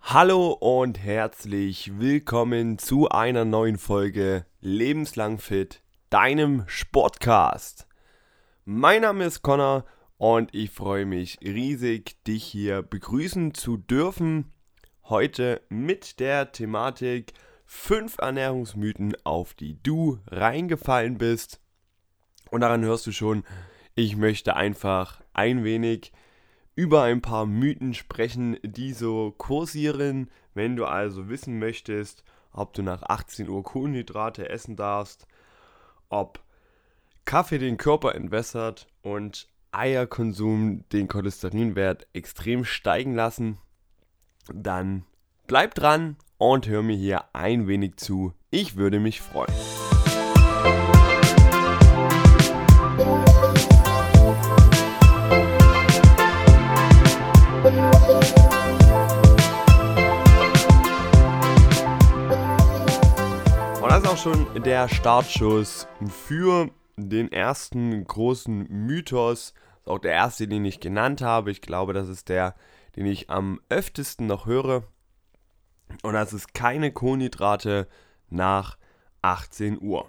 Hallo und herzlich willkommen zu einer neuen Folge Lebenslang Fit, deinem Sportcast. Mein Name ist Connor und ich freue mich riesig, dich hier begrüßen zu dürfen. Heute mit der Thematik 5 Ernährungsmythen, auf die du reingefallen bist. Und daran hörst du schon, ich möchte einfach ein wenig über ein paar Mythen sprechen, die so kursieren. Wenn du also wissen möchtest, ob du nach 18 Uhr Kohlenhydrate essen darfst, ob Kaffee den Körper entwässert und Eierkonsum den Cholesterinwert extrem steigen lassen, dann bleib dran und hör mir hier ein wenig zu. Ich würde mich freuen. Und das ist auch schon der Startschuss für den ersten großen Mythos. Das ist auch der erste, den ich genannt habe. Ich glaube, das ist der, den ich am öftesten noch höre. Und das ist keine Kohlenhydrate nach 18 Uhr.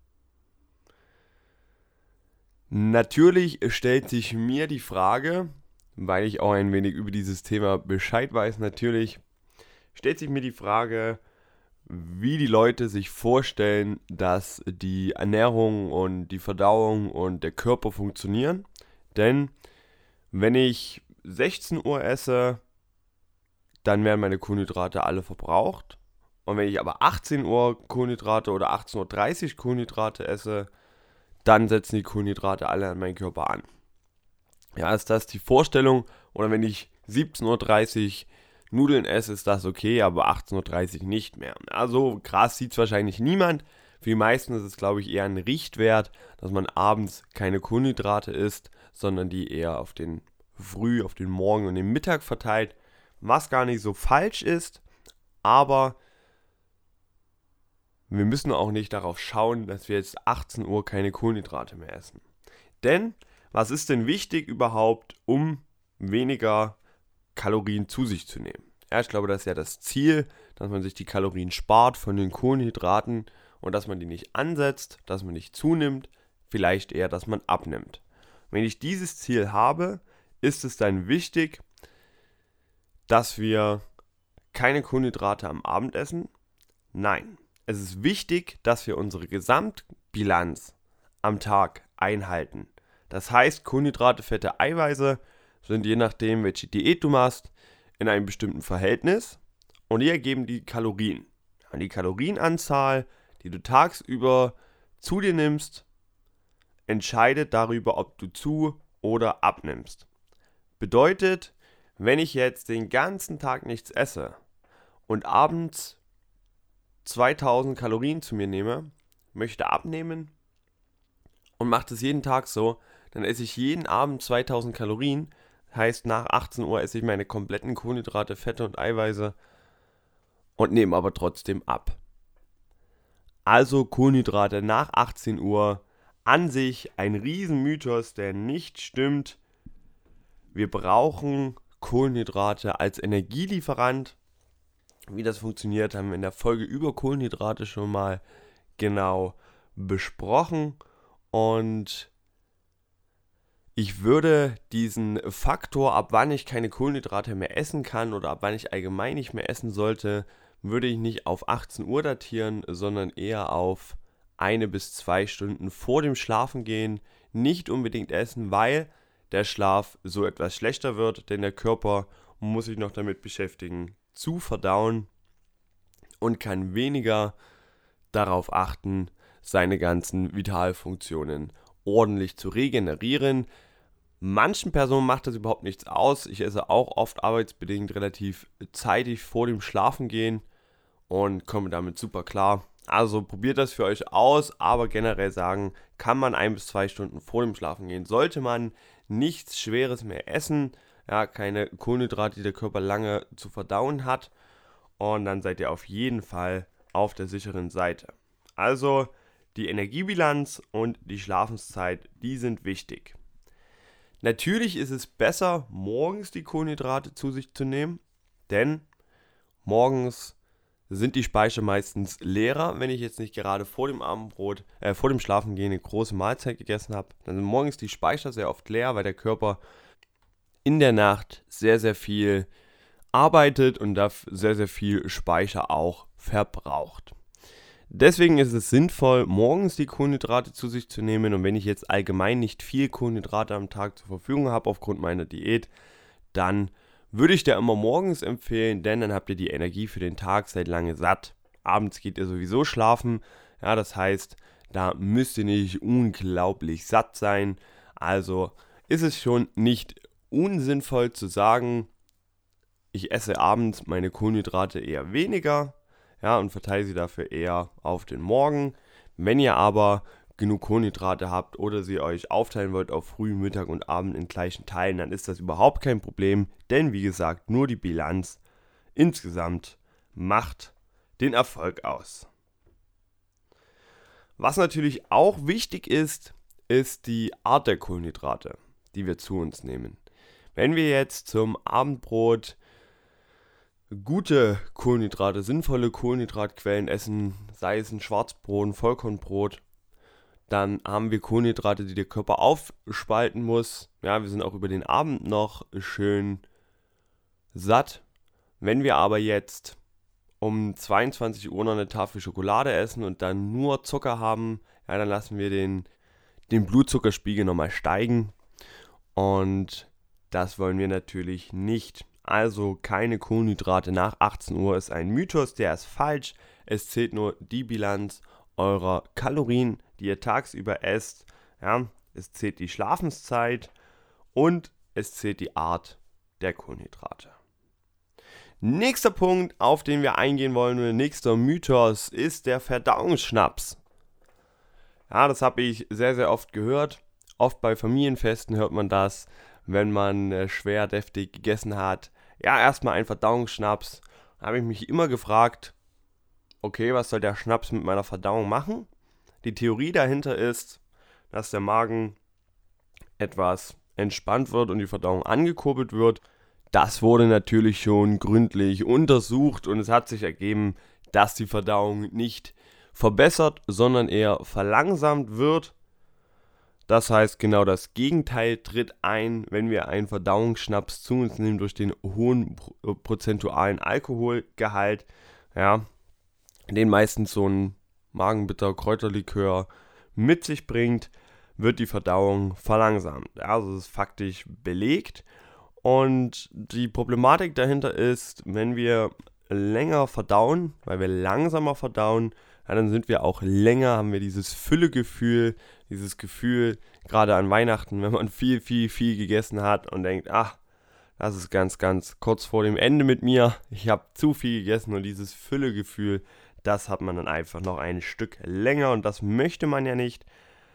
Natürlich stellt sich mir die Frage, weil ich auch ein wenig über dieses Thema Bescheid weiß, natürlich stellt sich mir die Frage, wie die Leute sich vorstellen, dass die Ernährung und die Verdauung und der Körper funktionieren. Denn wenn ich 16 Uhr esse, dann werden meine Kohlenhydrate alle verbraucht. Und wenn ich aber 18 Uhr Kohlenhydrate oder 18:30 Uhr Kohlenhydrate esse, dann setzen die Kohlenhydrate alle an meinen Körper an. Ja, ist das die Vorstellung? Oder wenn ich 17:30 Uhr Nudeln esse, ist das okay, aber 18:30 Uhr nicht mehr. Also krass sieht es wahrscheinlich niemand. Für die meisten ist es, glaube ich, eher ein Richtwert, dass man abends keine Kohlenhydrate isst, sondern die eher auf den Morgen und den Mittag verteilt. Was gar nicht so falsch ist, aber wir müssen auch nicht darauf schauen, dass wir jetzt 18 Uhr keine Kohlenhydrate mehr essen. Denn was ist denn wichtig überhaupt, um weniger Kalorien zu sich zu nehmen? Ja, ich glaube, das ist ja das Ziel, dass man sich die Kalorien spart von den Kohlenhydraten und dass man die nicht ansetzt, dass man nicht zunimmt, vielleicht eher, dass man abnimmt. Wenn ich dieses Ziel habe, ist es dann wichtig, dass wir keine Kohlenhydrate am Abend essen? Nein. Es ist wichtig, dass wir unsere Gesamtbilanz am Tag einhalten. Das heißt, Kohlenhydrate, Fette, Eiweiße sind je nachdem, welche Diät du machst, in einem bestimmten Verhältnis und die ergeben die Kalorien. Und die Kalorienanzahl, die du tagsüber zu dir nimmst, entscheidet darüber, ob du zu oder abnimmst. Bedeutet, wenn ich jetzt den ganzen Tag nichts esse und abends 2000 Kalorien zu mir nehme, möchte abnehmen und mache das jeden Tag so, dann esse ich jeden Abend 2000 Kalorien. Heißt, nach 18 Uhr esse ich meine kompletten Kohlenhydrate, Fette und Eiweiße und nehme aber trotzdem ab. Also Kohlenhydrate nach 18 Uhr an sich ein Riesenmythos, der nicht stimmt. Wir brauchen Kohlenhydrate als Energielieferant. Wie das funktioniert, haben wir in der Folge über Kohlenhydrate schon mal genau besprochen. Und ich würde diesen Faktor, ab wann ich keine Kohlenhydrate mehr essen kann oder ab wann ich allgemein nicht mehr essen sollte, würde ich nicht auf 18 Uhr datieren, sondern eher auf 1 bis 2 Stunden vor dem Schlafengehen nicht unbedingt essen, weil der Schlaf so etwas schlechter wird, denn der Körper muss sich noch damit beschäftigen, zu verdauen und kann weniger darauf achten, seine ganzen Vitalfunktionen ordentlich zu regenerieren. Manchen Personen macht das überhaupt nichts aus. Ich esse auch oft arbeitsbedingt relativ zeitig vor dem Schlafengehen und komme damit super klar. Also probiert das für euch aus, aber generell sagen, kann man 1 bis 2 Stunden vor dem Schlafengehen, sollte man nichts Schweres mehr essen, ja, keine Kohlenhydrate, die der Körper lange zu verdauen hat, und dann seid ihr auf jeden Fall auf der sicheren Seite. Also die Energiebilanz und die Schlafenszeit, die sind wichtig. Natürlich ist es besser, morgens die Kohlenhydrate zu sich zu nehmen, denn morgens sind die Speicher meistens leerer, wenn ich jetzt nicht gerade vor dem Schlafengehen eine große Mahlzeit gegessen habe. Dann sind morgens die Speicher sehr oft leer, weil der Körper in der Nacht sehr, sehr viel arbeitet und dafür sehr, sehr viel Speicher auch verbraucht. Deswegen ist es sinnvoll, morgens die Kohlenhydrate zu sich zu nehmen. Und wenn ich jetzt allgemein nicht viel Kohlenhydrate am Tag zur Verfügung habe aufgrund meiner Diät, dann würde ich dir immer morgens empfehlen, denn dann habt ihr die Energie für den Tag, seid lange satt. Abends geht ihr sowieso schlafen. Ja, das heißt, da müsst ihr nicht unglaublich satt sein. Also ist es schon nicht unsinnvoll zu sagen, ich esse abends meine Kohlenhydrate eher weniger, ja, und verteile sie dafür eher auf den Morgen. Wenn ihr aber genug Kohlenhydrate habt oder sie euch aufteilen wollt auf Früh, Mittag und Abend in gleichen Teilen, dann ist das überhaupt kein Problem, denn wie gesagt, nur die Bilanz insgesamt macht den Erfolg aus. Was natürlich auch wichtig ist, ist die Art der Kohlenhydrate, die wir zu uns nehmen. Wenn wir jetzt zum Abendbrot gute Kohlenhydrate, sinnvolle Kohlenhydratquellen essen, sei es ein Schwarzbrot, ein Vollkornbrot, dann haben wir Kohlenhydrate, die der Körper aufspalten muss. Ja, wir sind auch über den Abend noch schön satt. Wenn wir aber jetzt um 22 Uhr noch eine Tafel Schokolade essen und dann nur Zucker haben, ja, dann lassen wir den Blutzuckerspiegel nochmal steigen. Und das wollen wir natürlich nicht. Also keine Kohlenhydrate nach 18 Uhr ist ein Mythos, der ist falsch. Es zählt nur die Bilanz eurer Kalorien, die ihr tagsüber esst. Ja, es zählt die Schlafenszeit und es zählt die Art der Kohlenhydrate. Nächster Punkt, auf den wir eingehen wollen, oder nächster Mythos, ist der Verdauungsschnaps. Ja, das habe ich sehr, sehr oft gehört. Oft bei Familienfesten hört man das, wenn man schwer deftig gegessen hat. Ja, erstmal ein Verdauungsschnaps. Da habe ich mich immer gefragt, okay, was soll der Schnaps mit meiner Verdauung machen? Die Theorie dahinter ist, dass der Magen etwas entspannt wird und die Verdauung angekurbelt wird. Das wurde natürlich schon gründlich untersucht und es hat sich ergeben, dass die Verdauung nicht verbessert, sondern eher verlangsamt wird. Das heißt, genau das Gegenteil tritt ein, wenn wir einen Verdauungsschnaps zu uns nehmen durch den hohen prozentualen Alkoholgehalt, ja, den meistens so ein Magenbitter Kräuterlikör mit sich bringt, wird die Verdauung verlangsamt. Also das ist faktisch belegt. Und die Problematik dahinter ist, wenn wir länger verdauen, weil wir langsamer verdauen, ja, dann sind wir auch länger, haben wir dieses Füllegefühl, dieses Gefühl, gerade an Weihnachten, wenn man viel gegessen hat und denkt, ach, das ist ganz kurz vor dem Ende mit mir, ich habe zu viel gegessen und dieses Füllegefühl, das hat man dann einfach noch ein Stück länger und das möchte man ja nicht.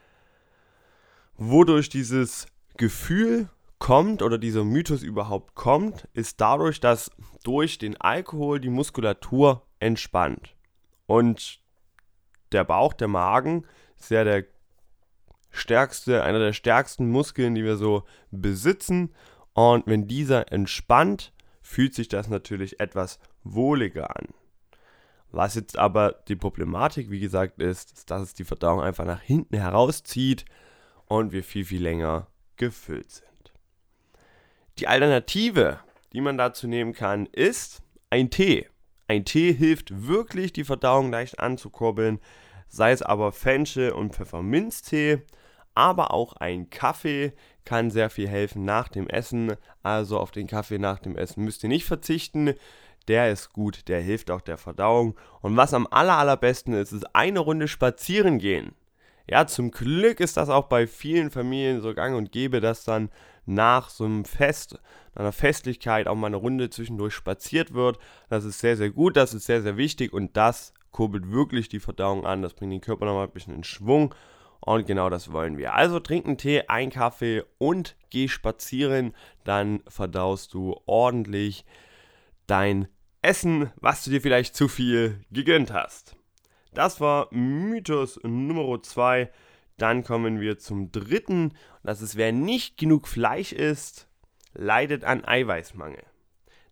Wodurch dieses Gefühl kommt oder dieser Mythos überhaupt kommt, ist dadurch, dass durch den Alkohol die Muskulatur entspannt. Und der Bauch, der Magen ist ja einer der stärksten Muskeln, die wir so besitzen. Und wenn dieser entspannt, fühlt sich das natürlich etwas wohliger an. Was jetzt aber die Problematik, wie gesagt, ist, dass es die Verdauung einfach nach hinten herauszieht und wir viel länger gefüllt sind. Die Alternative, die man dazu nehmen kann, ist ein Tee. Ein Tee hilft wirklich, die Verdauung leicht anzukurbeln, sei es aber Fenchel- und Pfefferminztee, aber auch ein Kaffee kann sehr viel helfen nach dem Essen. Also auf den Kaffee nach dem Essen müsst ihr nicht verzichten. Der ist gut, der hilft auch der Verdauung. Und was am allerbesten ist, ist eine Runde spazieren gehen. Ja, zum Glück ist das auch bei vielen Familien so gang und gäbe, dass dann nach so einem Fest, einer Festlichkeit auch mal eine Runde zwischendurch spaziert wird. Das ist sehr, sehr gut, das ist sehr, sehr wichtig und das kurbelt wirklich die Verdauung an. Das bringt den Körper nochmal ein bisschen in Schwung und genau das wollen wir. Also trink einen Tee, einen Kaffee und geh spazieren, dann verdaust du ordentlich dein Essen, was du dir vielleicht zu viel gegönnt hast. Das war Mythos Nummer 2. Dann kommen wir zum dritten. Das ist, wer nicht genug Fleisch isst, leidet an Eiweißmangel.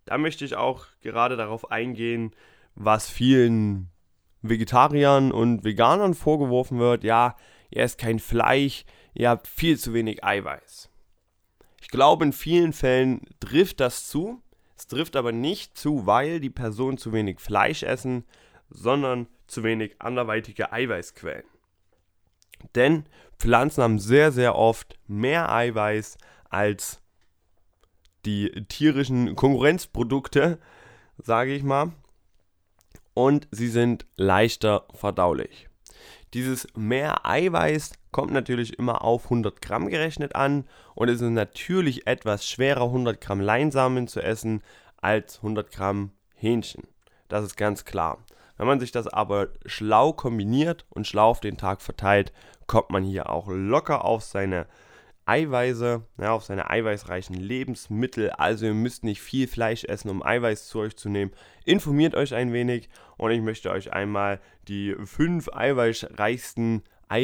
Da möchte ich auch gerade darauf eingehen, was vielen Vegetariern und Veganern vorgeworfen wird. Ja, ihr esst kein Fleisch, ihr habt viel zu wenig Eiweiß. Ich glaube, in vielen Fällen trifft das zu. Es trifft aber nicht zu, weil die Personen zu wenig Fleisch essen, sondern zu wenig anderweitige Eiweißquellen. Denn Pflanzen haben sehr, sehr oft mehr Eiweiß als die tierischen Konkurrenzprodukte, sage ich mal. Und sie sind leichter verdaulich. Dieses mehr Eiweiß kommt natürlich immer auf 100 Gramm gerechnet an und es ist natürlich etwas schwerer, 100 Gramm Leinsamen zu essen als 100 Gramm Hähnchen. Das ist ganz klar. Wenn man sich das aber schlau kombiniert und schlau auf den Tag verteilt, kommt man hier auch locker auf seine Eiweiße, ja, auf seine eiweißreichen Lebensmittel. Also ihr müsst nicht viel Fleisch essen, um Eiweiß zu euch zu nehmen. Informiert euch ein wenig und ich möchte euch einmal die 5 eiweißreichsten,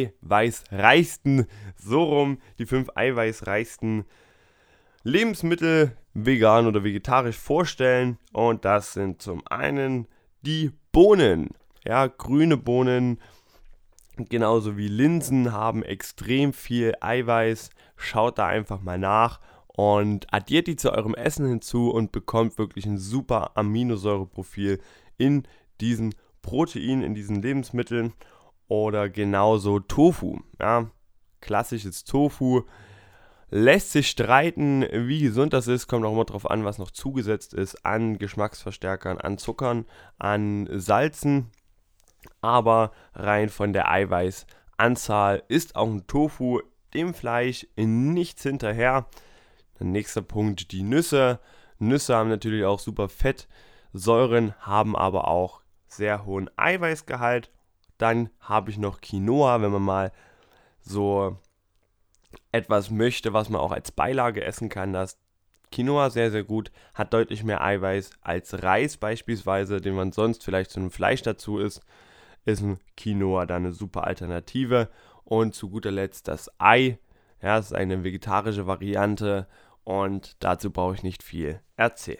die 5 eiweißreichsten Lebensmittel vegan oder vegetarisch vorstellen. Und das sind zum einen die Bohnen. Ja, grüne Bohnen, genauso wie Linsen, haben extrem viel Eiweiß. Schaut da einfach mal nach und addiert die zu eurem Essen hinzu und bekommt wirklich ein super Aminosäureprofil in diesen Proteinen, in diesen Lebensmitteln. Oder genauso Tofu. Ja, klassisches Tofu. Lässt sich streiten, wie gesund das ist, kommt auch immer darauf an, was noch zugesetzt ist an Geschmacksverstärkern, an Zuckern, an Salzen. Aber rein von der Eiweißanzahl ist auch ein Tofu dem Fleisch in nichts hinterher. Der nächste Punkt, die Nüsse. Nüsse haben natürlich auch super Fettsäuren, haben aber auch sehr hohen Eiweißgehalt. Dann habe ich noch Quinoa, wenn man mal so etwas möchte, was man auch als Beilage essen kann. Das Quinoa sehr, sehr gut, hat deutlich mehr Eiweiß als Reis beispielsweise, den man sonst vielleicht zu einem Fleisch dazu isst. Ist ein Quinoa dann eine super Alternative. Und zu guter Letzt das Ei. Ja, das ist eine vegetarische Variante und dazu brauche ich nicht viel erzählen.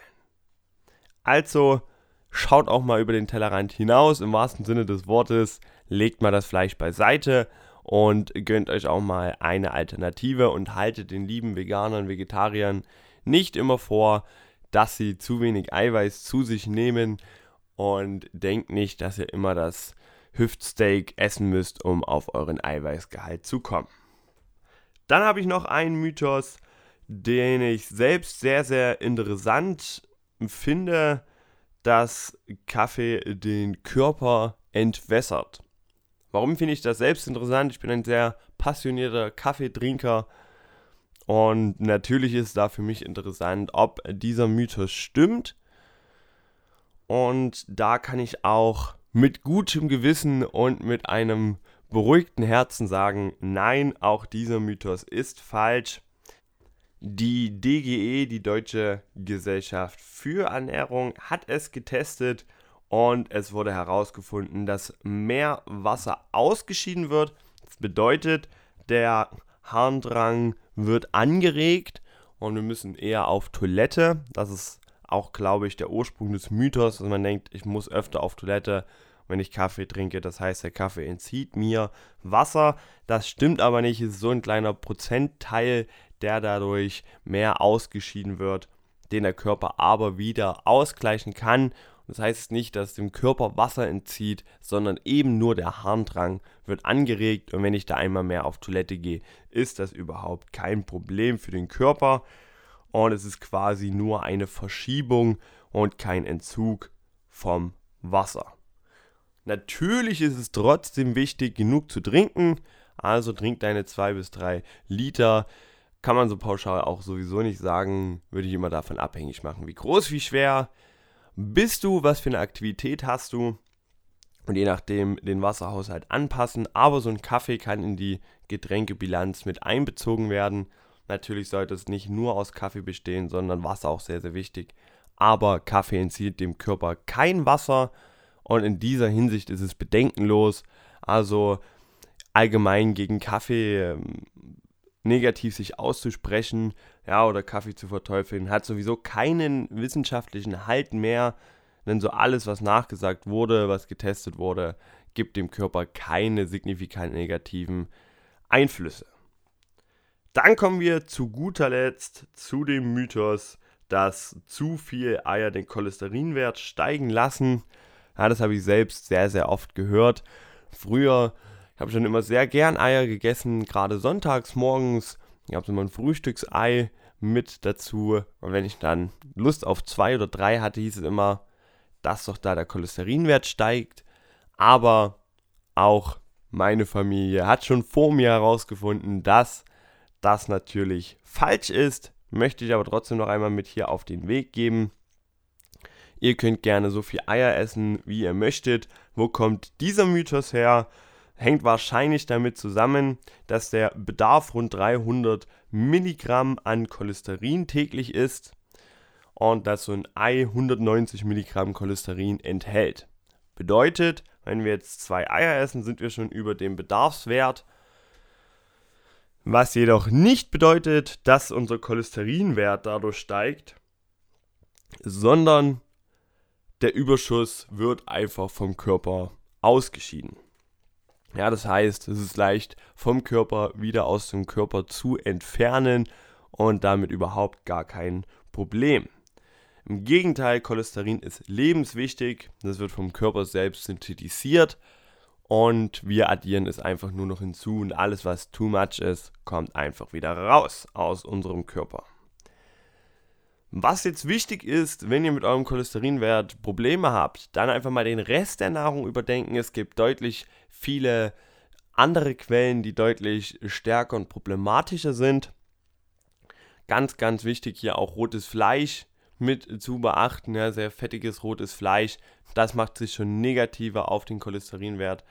Also schaut auch mal über den Tellerrand hinaus, im wahrsten Sinne des Wortes. Legt mal das Fleisch beiseite und gönnt euch auch mal eine Alternative und haltet den lieben Veganern, Vegetariern nicht immer vor, dass sie zu wenig Eiweiß zu sich nehmen und denkt nicht, dass ihr immer das Hüftsteak essen müsst, um auf euren Eiweißgehalt zu kommen. Dann habe ich noch einen Mythos, den ich selbst sehr, sehr interessant finde, dass Kaffee den Körper entwässert. Warum finde ich das selbst interessant? Ich bin ein sehr passionierter Kaffeetrinker und natürlich ist da für mich interessant, ob dieser Mythos stimmt. Und da kann ich auch mit gutem Gewissen und mit einem beruhigten Herzen sagen, nein, auch dieser Mythos ist falsch. Die DGE, die Deutsche Gesellschaft für Ernährung, hat es getestet und es wurde herausgefunden, dass mehr Wasser ausgeschieden wird. Das bedeutet, der Harndrang wird angeregt und wir müssen eher auf Toilette. Das ist auch, glaube ich, der Ursprung des Mythos, dass man denkt, ich muss öfter auf Toilette, wenn ich Kaffee trinke. Das heißt, der Kaffee entzieht mir Wasser. Das stimmt aber nicht. Es ist so ein kleiner Prozentteil, der dadurch mehr ausgeschieden wird, den der Körper aber wieder ausgleichen kann. Das heißt nicht, dass dem Körper Wasser entzieht, sondern eben nur der Harndrang wird angeregt. Und wenn ich da einmal mehr auf Toilette gehe, ist das überhaupt kein Problem für den Körper. Und es ist quasi nur eine Verschiebung und kein Entzug vom Wasser. Natürlich ist es trotzdem wichtig, genug zu trinken. Also trink deine 2 bis 3 Liter. Kann man so pauschal auch sowieso nicht sagen. Würde ich immer davon abhängig machen, wie groß, wie schwer bist du, was für eine Aktivität hast du. Und je nachdem den Wasserhaushalt anpassen. Aber so ein Kaffee kann in die Getränkebilanz mit einbezogen werden. Natürlich sollte es nicht nur aus Kaffee bestehen, sondern Wasser auch sehr, sehr wichtig. Aber Kaffee entzieht dem Körper kein Wasser und in dieser Hinsicht ist es bedenkenlos. Also allgemein gegen Kaffee negativ sich auszusprechen, ja, oder Kaffee zu verteufeln, hat sowieso keinen wissenschaftlichen Halt mehr, denn so alles, was nachgesagt wurde, was getestet wurde, gibt dem Körper keine signifikant negativen Einflüsse. Dann kommen wir zu guter Letzt zu dem Mythos, dass zu viel Eier den Cholesterinwert steigen lassen. Ja, das habe ich selbst sehr, sehr oft gehört. Früher habe ich schon immer sehr gern Eier gegessen, gerade sonntags morgens. Ich habe immer ein Frühstücksei mit dazu. Und wenn ich dann Lust auf 2 oder 3 hatte, hieß es immer, dass doch da der Cholesterinwert steigt. Aber auch meine Familie hat schon vor mir herausgefunden, dass das natürlich falsch ist. Möchte ich aber trotzdem noch einmal mit hier auf den Weg geben. Ihr könnt gerne so viel Eier essen, wie ihr möchtet. Wo kommt dieser Mythos her? Hängt wahrscheinlich damit zusammen, dass der Bedarf rund 300 Milligramm an Cholesterin täglich ist und dass so ein Ei 190 Milligramm Cholesterin enthält. Bedeutet, wenn wir jetzt 2 Eier essen, sind wir schon über dem Bedarfswert. Was jedoch nicht bedeutet, dass unser Cholesterinwert dadurch steigt, sondern der Überschuss wird einfach vom Körper ausgeschieden. Ja, das heißt, es ist leicht vom Körper wieder aus dem Körper zu entfernen und damit überhaupt gar kein Problem. Im Gegenteil, Cholesterin ist lebenswichtig, das wird vom Körper selbst synthetisiert und wir addieren es einfach nur noch hinzu und alles, was too much ist, kommt einfach wieder raus aus unserem Körper. Was jetzt wichtig ist, wenn ihr mit eurem Cholesterinwert Probleme habt, dann einfach mal den Rest der Nahrung überdenken. Es gibt deutlich viele andere Quellen, die deutlich stärker und problematischer sind. Ganz, ganz wichtig hier auch rotes Fleisch mit zu beachten. Ja, sehr fettiges rotes Fleisch, das macht sich schon negativer auf den Cholesterinwert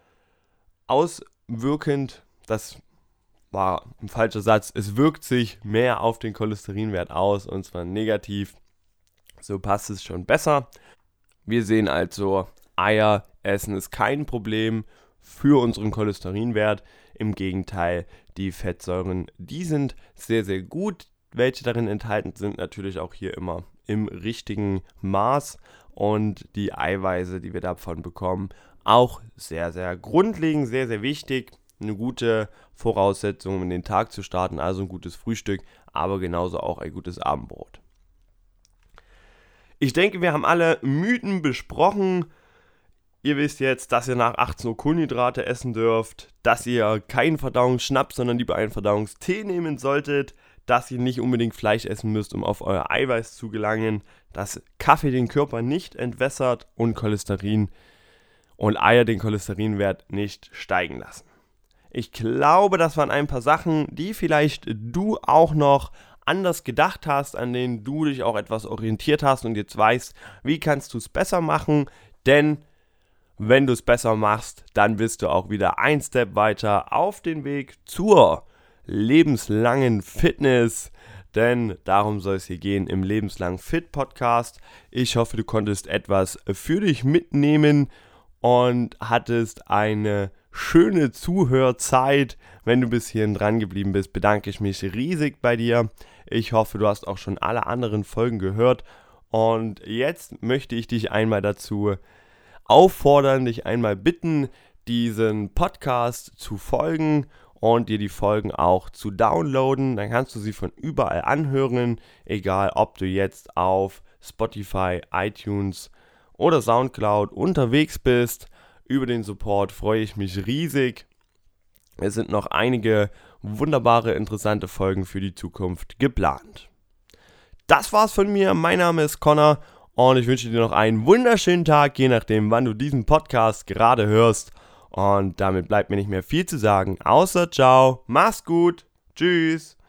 auswirkend. Das war ein falscher Satz. Es wirkt sich mehr auf den Cholesterinwert aus und zwar negativ. So passt es schon besser. Wir sehen also, Eier essen ist kein Problem für unseren Cholesterinwert. Im Gegenteil, die Fettsäuren, die sind sehr, sehr gut. Welche darin enthalten sind, natürlich auch hier immer im richtigen Maß. Und die Eiweiße, die wir davon bekommen, auch sehr, sehr grundlegend, sehr, sehr wichtig. Eine gute Voraussetzung, um in den Tag zu starten, also ein gutes Frühstück, aber genauso auch ein gutes Abendbrot. Ich denke, wir haben alle Mythen besprochen. Ihr wisst jetzt, dass ihr nach 18 Uhr Kohlenhydrate essen dürft, dass ihr keinen Verdauungsschnaps, sondern lieber einen Verdauungstee nehmen solltet, dass ihr nicht unbedingt Fleisch essen müsst, um auf euer Eiweiß zu gelangen, dass Kaffee den Körper nicht entwässert und Cholesterin und Eier den Cholesterinwert nicht steigen lassen. Ich glaube, das waren ein paar Sachen, die vielleicht du auch noch anders gedacht hast, an denen du dich auch etwas orientiert hast und jetzt weißt, wie kannst du es besser machen, denn wenn du es besser machst, dann bist du auch wieder ein Step weiter auf den Weg zur lebenslangen Fitness, denn darum soll es hier gehen im Lebenslang Fit Podcast. Ich hoffe, du konntest etwas für dich mitnehmen und hattest eine schöne Zuhörzeit. Wenn du bis hierhin dran geblieben bist, bedanke ich mich riesig bei dir. Ich hoffe, du hast auch schon alle anderen Folgen gehört und jetzt möchte ich dich einmal dazu auffordern, dich einmal bitten, diesen Podcast zu folgen und dir die Folgen auch zu downloaden. Dann kannst du sie von überall anhören, egal ob du jetzt auf Spotify, iTunes oder Soundcloud unterwegs bist. Über den Support freue ich mich riesig. Es sind noch einige wunderbare, interessante Folgen für die Zukunft geplant. Das war's von mir. Mein Name ist Connor und ich wünsche dir noch einen wunderschönen Tag, je nachdem, wann du diesen Podcast gerade hörst. Und damit bleibt mir nicht mehr viel zu sagen, außer ciao, mach's gut, tschüss.